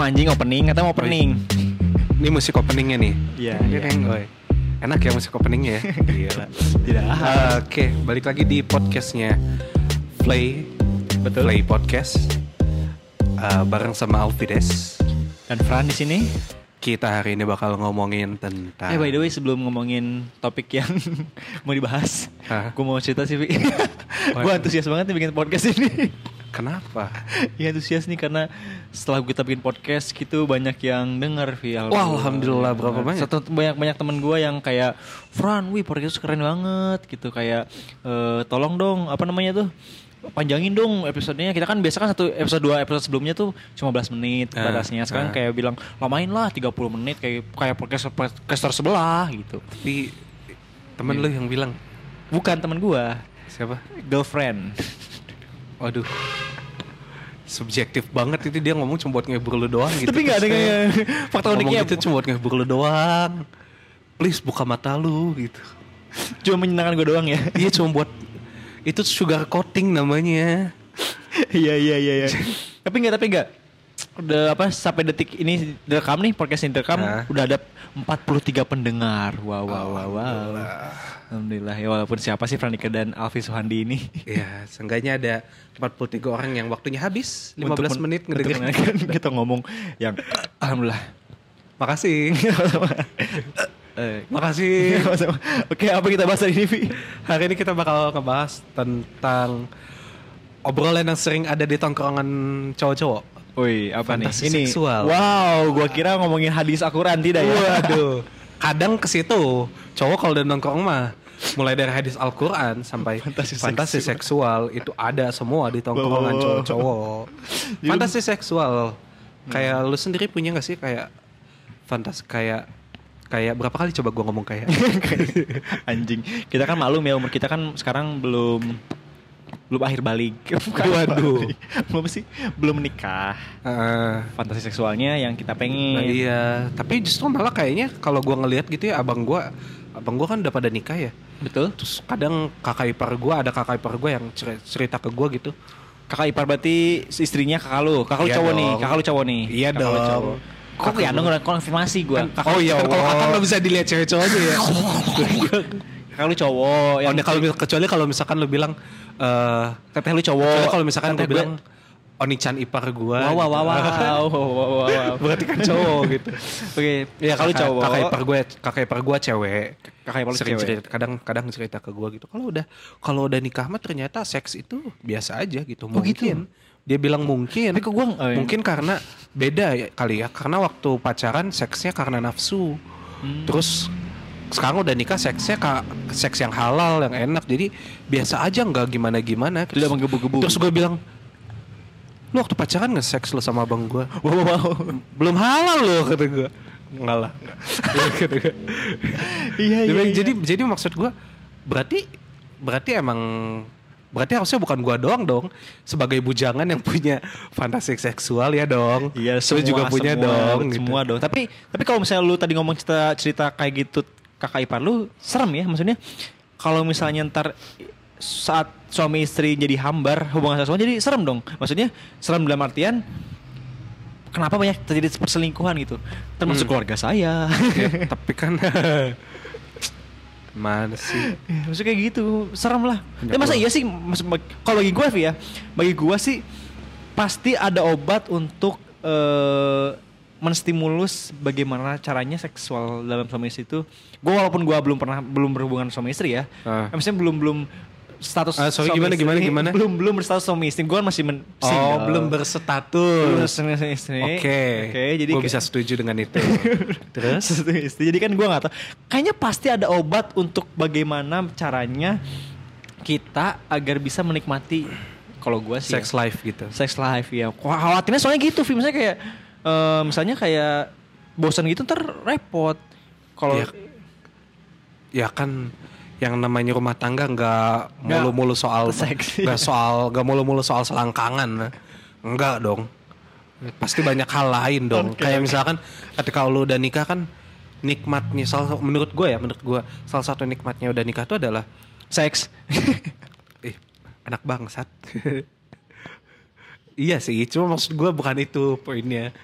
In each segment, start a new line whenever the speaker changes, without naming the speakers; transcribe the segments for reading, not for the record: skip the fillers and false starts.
ngomong anjing opening, kata mau opening.
Ini musik openingnya nih.
Iya.
Enak ya musik openingnya ya. Gila.
Tidak.
Oke, balik lagi di podcastnya Play.
Betul.
Play Podcast. Bareng sama Alvides
Dan Fran di sini.
Kita hari ini bakal ngomongin tentang
By the way, sebelum ngomongin topik yang mau dibahas, gue mau cerita sih, Vi. Gue antusias banget nih bikin podcast ini.
Kenapa?
Iya, antusias nih karena setelah kita bikin podcast gitu banyak yang denger, Vi.
Wah, alhamdulillah. Berapa banyak?
Banyak teman gue yang kayak, Fran, wih podcast keren banget gitu. Kayak tolong dong, apa namanya tuh, panjangin dong episodenya. Kita kan biasa kan episode 2 episode sebelumnya tuh cuma 15 menit batasnya. Sekarang kayak bilang lamain lah 30 menit kayak podcaster sebelah gitu.
Tapi temen lu yang bilang.
Bukan temen gua.
Siapa?
Girlfriend.
Waduh, subjektif banget itu, dia ngomong cuma buat ngehibur lu doang gitu.
Tapi gak ada kayak fakta uniknya.
Itu cuma buat ngehibur lu doang. Please buka mata lu gitu.
Cuma menyenangkan gua doang ya.
Iya, cuma buat itu sugar coating namanya.
Iya. Tapi enggak. Udah apa sampai detik ini direkam nih, podcast ini direkam udah ada 43 pendengar. Wow. Alhamdulillah ya, walaupun siapa sih Franika dan Alfi Suhandi ini.
Iya, seenggaknya ada 43 orang yang waktunya habis 15 menit ngedengerin
kita ngomong yang alhamdulillah.
Makasih. Makasih.
Oke, apa kita bahas hari ini, Vi?
Hari ini kita bakal ngebahas tentang obrolan yang sering ada di tongkrongan cowok-cowok.
Wih, apa
fantasi
nih? Ini
seksual.
Wow, gua kira ngomongin hadis Al-Quran, tidak ya?
Waduh. Kadang ke situ cowok kalau udah nongkrong mah mulai dari hadis Al-Quran sampai fantasi seksual itu ada semua di tongkrongan cowok-cowok. Fantasi seksual. Kayak lu sendiri punya enggak sih kayak fantasi kayak berapa kali coba gue ngomong kayak
anjing. Kita kan maklum ya, umur kita kan sekarang belum akhir balik.
Waduh.
Belum menikah. Fantasi seksualnya yang kita pengen.
Nah, iya, tapi justru malah kayaknya kalau gue ngelihat gitu ya, abang gue kan udah pada nikah ya.
Betul.
Terus kadang kakak ipar gue yang cerita ke gue gitu.
Kakak ipar berarti istrinya kakak lu
iya
cowok
dong.
nih. Kakak lu cowok nih.
Iya
kakak
dong.
Kok kayak dong konfirmasi gue.
Oh iya, kalau kakak nggak bisa dilihat cewek-cowoknya ya.
Kakak lu cowok.
Kecuali kalau misalkan lu bilang
teteh lu cowok.
Kalau misalkan gue bilang Onichan ipar gue.
Wow.
Berarti kan cowok gitu.
Oke. Ya kalau cowok.
Kakak ipar gue cewek.
Kakak ipar
sering
cewek.
Kadang cerita ke gue gitu. Kalau udah nikah mah ternyata seks itu biasa aja gitu.
Oh,
mungkin.
gitu?
Dia bilang mungkin.
Tapi kok gue
mungkin karena beda ya, kali ya. Karena waktu pacaran seksnya karena nafsu. Terus sekarang udah nikah seksnya seks yang halal, yang enak. Jadi biasa aja, nggak gimana-gimana.
Tidak menggebu-gebu.
Terus gue bilang, lu waktu pacaran nggak seks lu sama abang gue?
Wow.
Belum halal lu, kata gue. Enggak lah. Iya. Jadi maksud gue berarti harusnya bukan gua doang dong sebagai bujangan yang punya fantasi seksual ya dong.
Iya,
semua juga punya dong.
Semua dong. Tapi kalau misalnya lu tadi ngomong cerita kayak gitu kakak ipar lu, serem ya maksudnya. Kalau misalnya ntar saat suami istri jadi hambar hubungan seksual, jadi serem dong. Maksudnya serem dalam artian kenapa banyak terjadi perselingkuhan gitu. Termasuk keluarga saya.
Ya, tapi kan mana sih?
Maksudnya kayak gitu, serem lah. Ya masa iya sih, kalau bagi gue ya, bagi gue sih pasti ada obat untuk menstimulus bagaimana caranya seksual dalam suami istri itu. Gue walaupun gue belum berhubungan suami istri ya, maksudnya belum status
gimana
belum berstatus suami istri. Gue masih
single. Belum berstatus
istri.
Oke, jadi gue bisa setuju dengan itu. Terus
jadi kan gue nggak tahu, kayaknya pasti ada obat untuk bagaimana caranya kita agar bisa menikmati, kalau gue sih
sex life gitu.
Sex life ya, khawatirnya soalnya gitu, misalnya kayak misalnya kayak bosan gitu ntar repot. Kalau
ya kan yang namanya rumah tangga nggak mulu-mulu soal seks, nggak mulu-mulu soal selangkangan, enggak dong, pasti banyak hal lain dong. Kayak misalkan ketika lu udah nikah kan, nikmatnya menurut gue salah satu nikmatnya udah nikah itu adalah
seks.
Anak bangsat. Iya sih, cuma maksud gue bukan itu poinnya.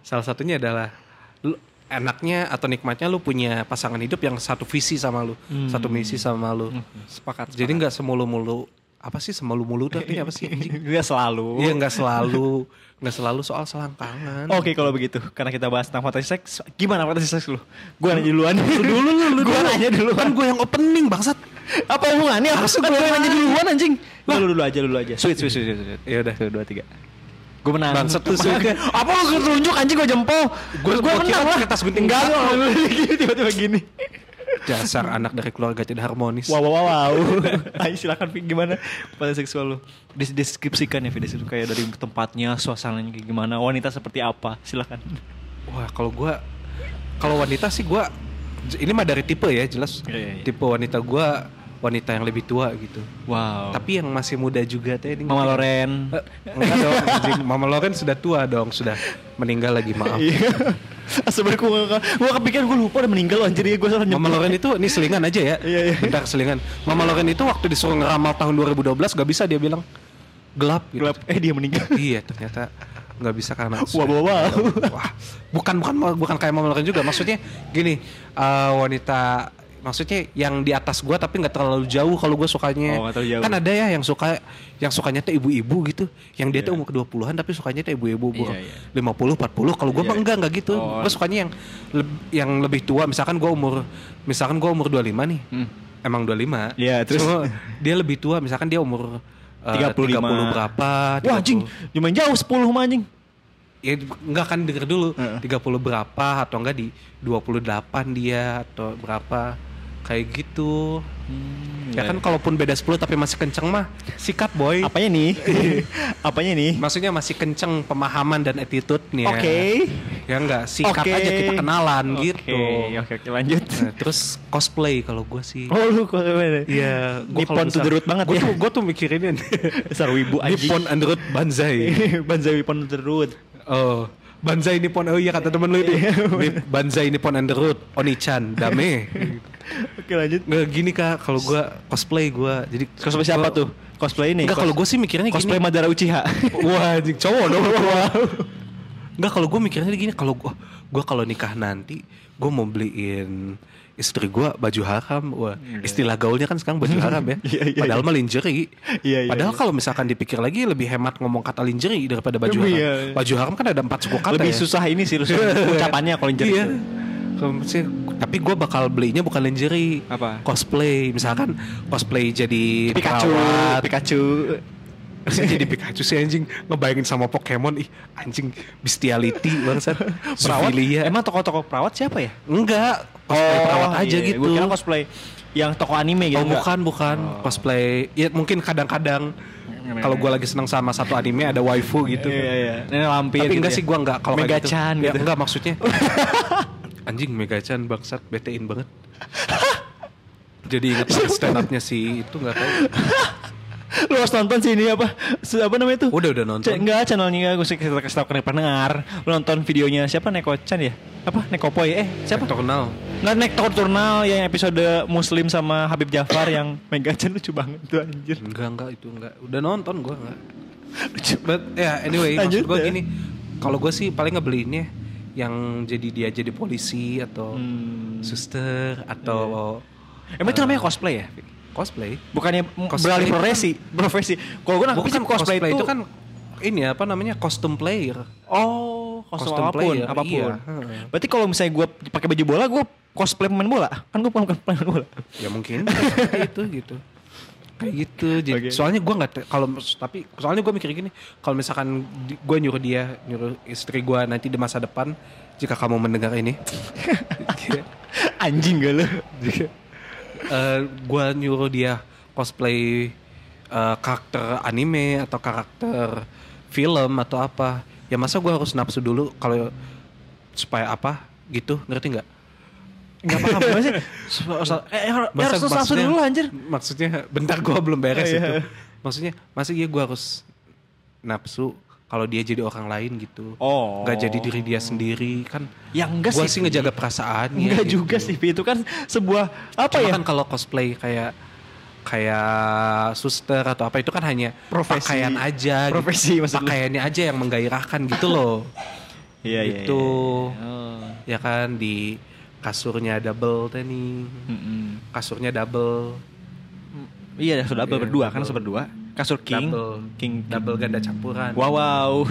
Salah satunya adalah lu, enaknya atau nikmatnya lu punya pasangan hidup yang satu visi sama lu, satu misi sama lu.
Sepakat.
Jadi nggak semulu-mulu apa sih semulu-mulu tuh artinya apa sih?
Gak selalu.
Iya nggak selalu soal selangkangan.
Oke kalau begitu, karena kita bahas tentang fantasi seks, gimana fantasi seks lu? Gue nanya duluan. Lu gue nanya duluan.
Kan gue yang opening bangsat.
Apa hubungannya? Harus gue nanya duluan anjing. Lu dulu aja. Sweet.
Ya udah.
1, 2, 3. Gue menang.
Bangsat tuh sweet.
Apa lu tunjuk anjing gue jempol? Gue menang lah.
Kertas gunting.
Enggak tiba-tiba gini.
Dasar anak dari keluarga tidak harmonis.
Wow. Ayo silakan gimana fantasi seksual lu? Deskripsikan ya video itu kayak dari tempatnya, suasananya kayak gimana, wanita seperti apa? Silakan.
Wah, kalau wanita sih gue ini mah dari tipe ya jelas.
Iya.
Tipe wanita gue wanita yang lebih tua gitu.
Wow.
Tapi yang masih muda juga teh ini.
Mama Loren.
Enggak dong, anjing. Mama Loren sudah tua dong, sudah meninggal lagi, maaf.
Sebenarnya gue kepikiran gue lupa udah meninggal anjir ya gue salah nyebut.
Mama Loren itu ini selingan aja ya.
Iya.
Bentar selingan. Mama Loren itu waktu disuruh ngeramal tahun 2012 gak bisa, dia bilang gelap gitu.
Dia meninggal.
Iya, ternyata nggak bisa karena
wow.
Wah, bukan kayak Mama Loren juga. Maksudnya gini, wanita maksudnya yang di atas gue tapi nggak terlalu jauh kalau gue sukanya. Kan ada ya yang sukanya tuh ibu-ibu gitu, yang dia tuh umur ke-20-an tapi sukanya tuh ibu-ibu umur 50 40. Kalau gue mah enggak gitu. Gue sukanya yang lebih tua. Misalkan gue umur 25 nih. Emang 25.
Iya, terus
dia lebih tua, misalkan dia umur 30 berapa.
Wah anjing, cuma jauh 10 mah anjing.
Ya enggak kan denger dulu 30 berapa atau enggak di 28 dia atau berapa kayak gitu. Ya kan kalaupun beda 10 tapi masih kenceng mah sikat boy.
Apanya nih?
Maksudnya masih kenceng pemahaman dan attitude-nya.
Oke.
Ya enggak, sikat aja kita kenalan gitu.
Oke, lanjut.
Nah, terus cosplay kalau gue sih.
Oh lu cosplay.
Iya,
Nippon to the root banget ya.
Gue tuh mikirin
dasar wibu anjing.
Nippon and root banzai.
Banzai Nippon to the root.
Oh, Banzai Nippon. Oh iya kata temen lu itu. Banzai Nippon and the root. Oni-chan, dame.
Oke lanjut.
Nggak gini Kak, kalau gue cosplay Jadi
cosplay siapa tuh? Cosplay ini?
Enggak, kalau gue sih mikirnya gini.
Cosplay Madara Uchiha.
Wah, anjing cowok dong. Enggak, kalau gue mikirnya gini, kalau gue kalau nikah nanti gue mau beliin istri gue baju haram. Wah, istilah gaulnya kan sekarang baju haram ya. Padahal mah lingerie. Padahal kalau misalkan dipikir lagi lebih hemat ngomong kata lingerie daripada baju haram. Baju haram kan ada 4 suku kata.
Lebih susah ini sih ucapannya kalau lingerie.
Iya. Tapi gue bakal belinya bukan lingerie.
Apa?
Cosplay. Misalkan cosplay jadi
Pikachu.
Bisa jadi Pikachu sih anjing. Ngebayangin sama Pokemon. Ih anjing, bestiality bangsat.
Perawat? Emang tokoh-tokoh perawat siapa ya?
Enggak, cosplay perawat aja gitu.
Gue kira cosplay yang tokoh anime gitu.
Bukan. Cosplay. Ya mungkin kadang-kadang kalau gue lagi senang sama satu anime ada waifu gitu.
Iya. Nenek lampir.
Tapi
gitu
enggak
ya?
sih gue enggak kalau kayak gitu.
Mega-chan gitu.
Ya, enggak maksudnya. Anjing Mega-chan bangsat, betein banget. Jadi ingat stand up-nya sih itu enggak tahu.
Lu harus nonton sih ini apa namanya itu?
Udah nonton.
Enggak, channelnya gue kasih tau ke pendengar. Lu nonton videonya siapa? Neko-chan ya? Apa? Nekopoy? Siapa?
Nocturnal.
Nggak, Nocturnal yang episode Muslim sama Habib Jafar yang Mega-chan lucu banget tuh anjir.
Enggak itu enggak. Udah nonton gue enggak. But ya anyway, maksud gue gini. Kalau gue sih paling ngebeliinnya yang jadi dia jadi polisi atau suster atau
emang itu namanya cosplay ya?
Cosplay.
Bukannya beralih profesi. Kalau gue nangkep
bukan cosplay itu kan ini apa namanya kostum player.
Oh, kostum apapun.
Iya.
Berarti kalau misalnya gue pakai baju bola, gue cosplay pemain bola. Kan gue bukan pemain bola.
Ya mungkin itu gitu. Kayak gitu. Jadi, soalnya gue nggak soalnya gue mikir gini, kalau misalkan gue nyuruh istri gue nanti di masa depan, jika kamu mendengar ini,
anjing gak lo?
Gue nyuruh dia cosplay karakter anime atau karakter film atau apa, ya masa gue harus nafsu dulu kalau supaya apa gitu, ngerti nggak?
Nggak paham gue sih. Harus nafsu dulu anjir.
Maksudnya bentar gue belum beres itu. Maksudnya masa gue harus nafsu kalau dia jadi orang lain gitu. Nggak jadi diri dia sendiri kan.
Ya enggak
sih ngejaga perasaannya.
Enggak
gitu.
juga sih, itu kan sebuah apa
cuma
ya?
Kan kalau cosplay kayak suster atau apa itu kan hanya
profesi.
Pakaian aja.
Profesi
gitu. Pakaiannya aja yang menggairahkan gitu loh.
Iya,
gitu.
iya. Oh.
Ya kan di kasurnya double teh nih. Kasurnya double.
Iya, kasur double berdua kan, kasur berdua. Kasur king,
double ganda campuran.
Wow.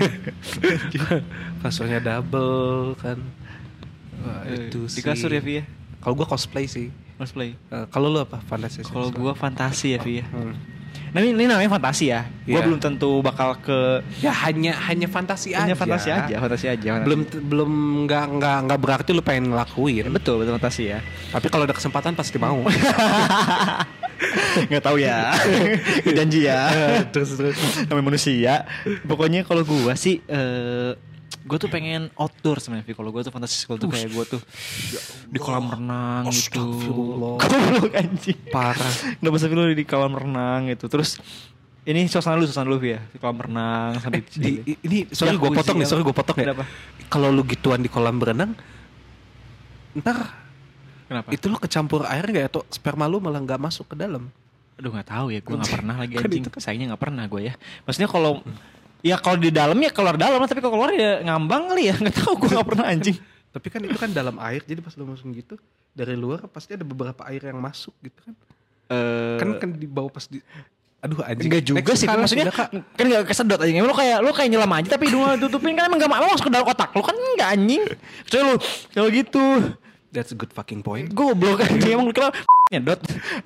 Kasurnya double kan. Wah, itu
di
sih.
kasur ya, Vi ya.
Kalau gua cosplay sih.
Cosplay.
Kalau lu apa fantasi?
Kalau gua fantasi ya, Vi ya. Nah, ini namanya fantasi ya. Gua belum tentu bakal ke
ya hanya fantasi
hanya
aja.
fantasi aja.
Belum nggak berarti lu pengen ngelakuin.
Betul fantasi ya.
Tapi kalau ada kesempatan pasti mau.
Nggak tahu ya. Janji ya.
terus
namanya manusia. Pokoknya kalau gua sih gue tuh pengen outdoor sebenarnya. Kalau gue tuh fantasi kalau tuh kayak gue tuh di kolam renang gitu. Goblok anjing.
Parah.
Nggak bisa lu di kolam renang gitu. Terus ini suasana lu ya di kolam renang sampai
ini sorry gue potong ya. Kalau lu gituan di kolam berenang, ntar
kenapa?
Itu lu kecampur air nggak ya? Atau sperma lu malah nggak masuk ke dalam?
Aduh nggak tahu ya. Gue nggak pernah lagi anjing. Sayangnya nggak pernah gue ya. Maksudnya kalau ya kalau di dalam ya keluar dalam, tapi kalau keluar ya ngambang kali ya, nggak tahu, gue nggak pernah anjing.
Tapi kan itu kan dalam air, jadi pas lu masuk gitu dari luar pasti ada beberapa air yang masuk gitu kan. Kan di bawah pas di, aduh anjing.
Enggak juga sih, maksudnya kan nggak kesedot aja. Lu kayak nyelam aja tapi hidung lu tutupin kan emang nggak mau masuk ke dalam otak lu kan nggak anjing. Kecuali lu kalau gitu.
That's a good fucking point.
Goblok anjing emang kenapa nyedot.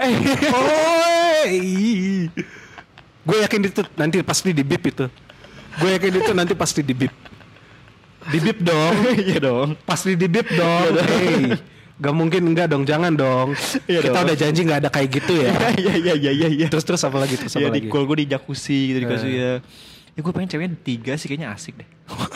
Gue yakin itu nanti pasti di bip itu. Gue yakin itu nanti pasti di bip. Di bip dong. Iya dong. Pasti di bip dong. Hey, gak mungkin enggak dong, jangan dong. Kita udah janji gak ada kayak gitu ya.
Iya.
Terus apa lagi?
Ya di call gue di jacuzzi gitu di kasur ya. Ya gue pengen ceweknya 3 sih kayaknya asik deh.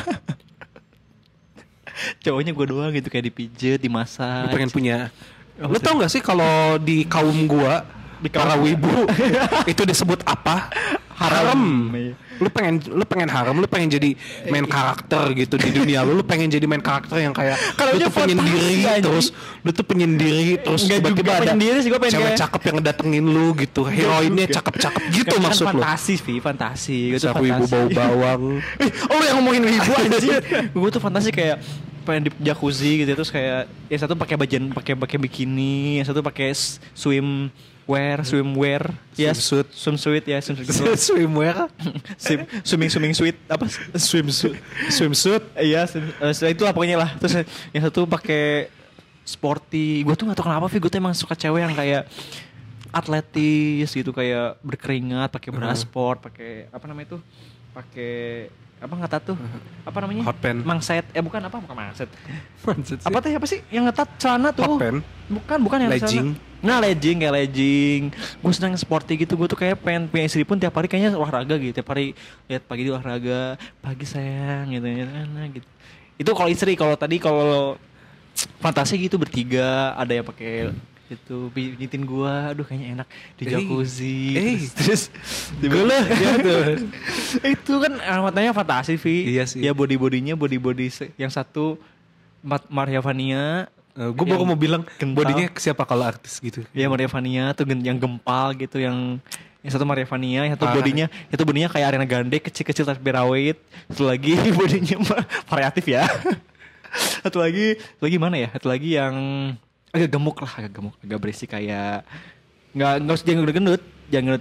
Cowoknya gue doang gitu kayak dipijet, dimasak.
Lu pengen punya. Lu tau gak sih kalau di kaum gua, di para wibu itu disebut apa? Harem. Lu pengen harem, lu pengen jadi main karakter gitu di dunia lu pengen jadi main karakter yang kayak lu tuh penyendiri terus tiba-tiba ada cewek cakep yang datengin lu gitu, heroinnya cakep-cakep gitu maksud lu.
Fantasi
gitu. Siapa ibu bau bawang.
Oh yang ngomongin ibu anjing. Gue tuh fantasi kayak pengen di jacuzzi gitu, terus kayak yang satu pakai bikini, yang satu pakai swimwear, ya swimsuit ya,
swimwear,
swimming suit apa
swimsuit,
iya, itu lah pokoknya lah. Terus yang satu pakai sporty. Gue tuh nggak tahu kenapa, gue tuh emang suka cewek yang kayak atletis gitu, kayak berkeringat, pakai bra sport, pakai apa namanya itu, pakai apa ngetat tuh, apa namanya,
hot pen,
mangset, bukan mangset apa sih yang ngetat celana tuh,
hot pen,
bukan yang
legging.
Nah kayak legging. Gue seneng sporty gitu. Gue tuh kayak pengen punya istri pun tiap hari kayaknya olahraga gitu, tiap hari lihat pagi di olahraga, pagi sayang gitu gitu. Itu kalau istri. Kalau tadi kalau fantasi gitu bertiga, ada yang pakai itu pijitin gua, aduh kayaknya enak di jacuzzi. Terus dibelah gitu. Itu kan matanya fantasi, Vi.
Iya sih.
Ya body yang satu Maria Vania.
Gue baru mau bilang bodinya siapa kalau artis gitu.
Iya Maria Vania tuh yang gempal gitu, yang satu Maria Vania, yang satu bodinya kayak Ariana Grande, kecil-kecil tapi berawet. Satu lagi bodinya variatif ya. Satu lagi mana ya? Satu lagi yang agak gemuk, agak berisik kayak nggak usah jangan gendut, jangan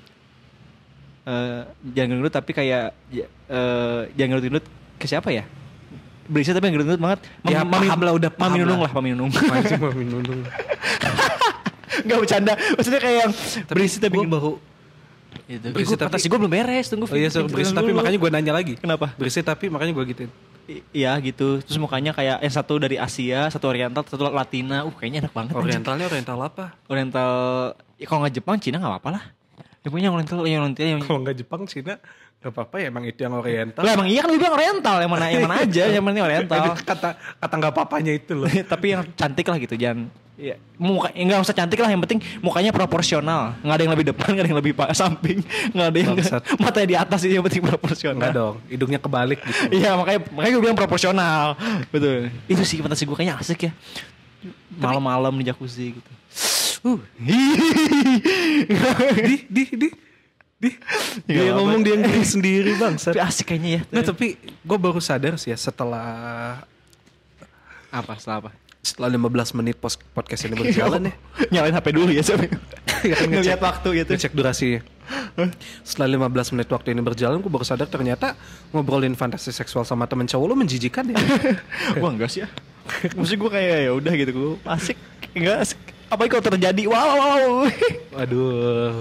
gendut tapi kayak jangan gendut ke siapa ya? Berisik tapi gendut banget.
Ya paham lah, udah
Mami Nunung.
Mami Nunung.
Nggak bercanda, maksudnya kayak yang berisik tapi
baru.
Itu. Fantasi gue belum beres, tunggu.
Oh iya, berisik tapi makanya gue nanya lagi.
Kenapa?
Berisik tapi makanya gue gituin.
Iya gitu. Terus mukanya kayak yang satu dari Asia, satu Oriental, satu Latina. Kayaknya enak banget.
Orientalnya Oriental apa?
Oriental. Ya, kalau nggak Jepang, Cina nggak apa-apa lah. Dia punya Oriental yang
kalau nggak Jepang, Cina nggak apa-apa ya, emang itu yang Oriental.
Lah emang iya kan gue bilang Oriental, yang mana aja, yang penting Oriental.
kata nggak apa-apanya itu loh.
Tapi yang cantik lah gitu, jangan. Ya, muka nggak usah cantik lah, yang penting mukanya proporsional, nggak ada yang lebih depan, nggak ada yang lebih samping, nggak ada yang matanya di atas, yang penting proporsional.
Nggak dong, hidungnya kebalik gitu.
Iya makanya gue bilang proporsional, betul. Itu sih fantasi gue kayaknya asik ya, malam-malam di jacuzzi gitu.
di Dia ngomong dia ngomong sendiri bang.
Tapi asik kayaknya ya.
Nah tapi gue baru sadar sih ya setelah
Setelah apa?
Setelah 15 menit podcast ini berjalan ya.
Nyalain HP dulu ya sampai. Ngeliat waktu gitu.
Ngecek durasi. Setelah 15 menit waktu ini berjalan, gue baru sadar ternyata ngobrolin fantasi seksual sama temen cowok lo menjijikan ya.
Gue enggak sih ya. Maksudnya gue kayak ya udah gitu, gue asik. Enggak asik. Apalagi kalau terjadi, wow.
Aduh.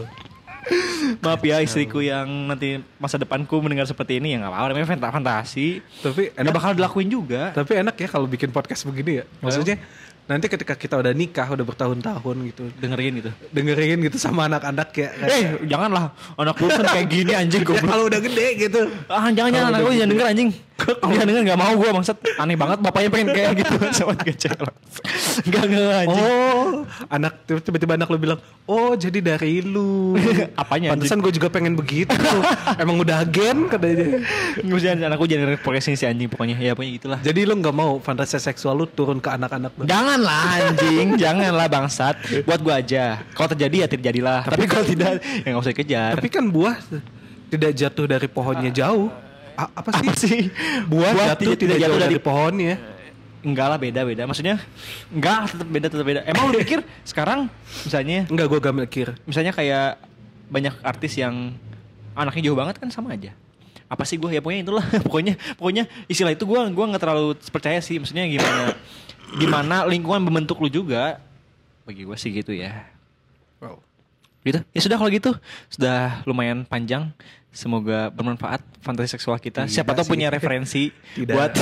Maaf ya istriku yang nanti masa depanku mendengar seperti ini, ya nggak apa-apa, namanya fantasi.
Tapi
nggak bakal dilakuin juga.
Tapi enak ya kalau bikin podcast begini ya. Maksudnya nanti ketika kita udah nikah, udah bertahun-tahun gitu, dengerin gitu sama anak-anak ya.
Janganlah, anak lu kan kayak gini anjing goblok.
Kalau udah gede gitu.
Jangan anak lu jangan denger anjing. Dia denger nggak mau gue bangsat. Aneh banget bapaknya pengen kayak gitu sama gecek. Enggak anjing. Oh,
anak tiba-tiba anak lu bilang, "Oh, jadi dari lu."
Apanya?
Pantesan gue juga pengen begitu. Emang udah agen katanya.
Maksudnya anakku jangan denger podcast ini si anjing pokoknya. Ya pokoknya gitulah.
Jadi lu enggak mau fantasi seksual lu turun ke anak-anak lu?
Janganlah anjing, janganlah bangsat. Buat gue aja. Kalau terjadi ya terjadilah. Tapi kalau tidak ya enggak usah dikejar.
Tapi kan buah tidak jatuh dari pohonnya jauh. Apa sih? Buah jatuh tidak jatuh dari pohonnya.
Enggak lah, beda. Maksudnya enggak, tetap beda. Emang lu pikir sekarang misalnya?
Enggak, gue gak mikir.
Misalnya kayak banyak artis yang anaknya jauh banget kan sama aja. Apa sih gue ya pokoknya itulah. pokoknya istilah itu gue nggak terlalu percaya sih. Maksudnya gimana lingkungan membentuk lu juga. Bagi gue sih gitu ya.
Wow.
Gitu. Ya sudah kalau gitu sudah lumayan panjang. Semoga bermanfaat fantasi seksual kita. Siapa tahu punya referensi buat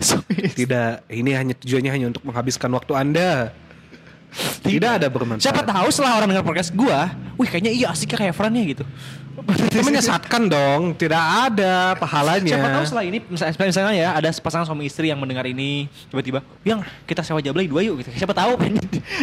tidak. Ini hanya tujuannya hanya untuk menghabiskan waktu Anda. Tidak ada bermanfaat.
Siapa tahu setelah orang dengar podcast gua, wih kayaknya iya asiknya kayak Fran ya gitu.
Itu menyesatkan dong. Tidak ada pahalanya.
Siapa tahu setelah ini misalnya ya ada pasangan suami istri yang mendengar ini tiba-tiba, "Yang kita sewa Jablay 2 yuk" gitu. Siapa tahu kan.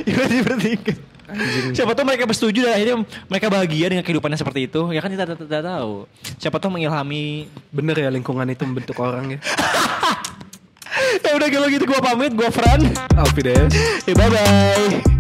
Siapa tahu mereka bersetuju dan akhirnya mereka bahagia dengan kehidupannya seperti itu. Ya kan kita tidak tahu. Siapa tahu mengilhami.
Bener ya lingkungan itu membentuk orang ya.
Ya udah kalau gitu gua pamit, gua Fran.
Alfides.
Bye bye.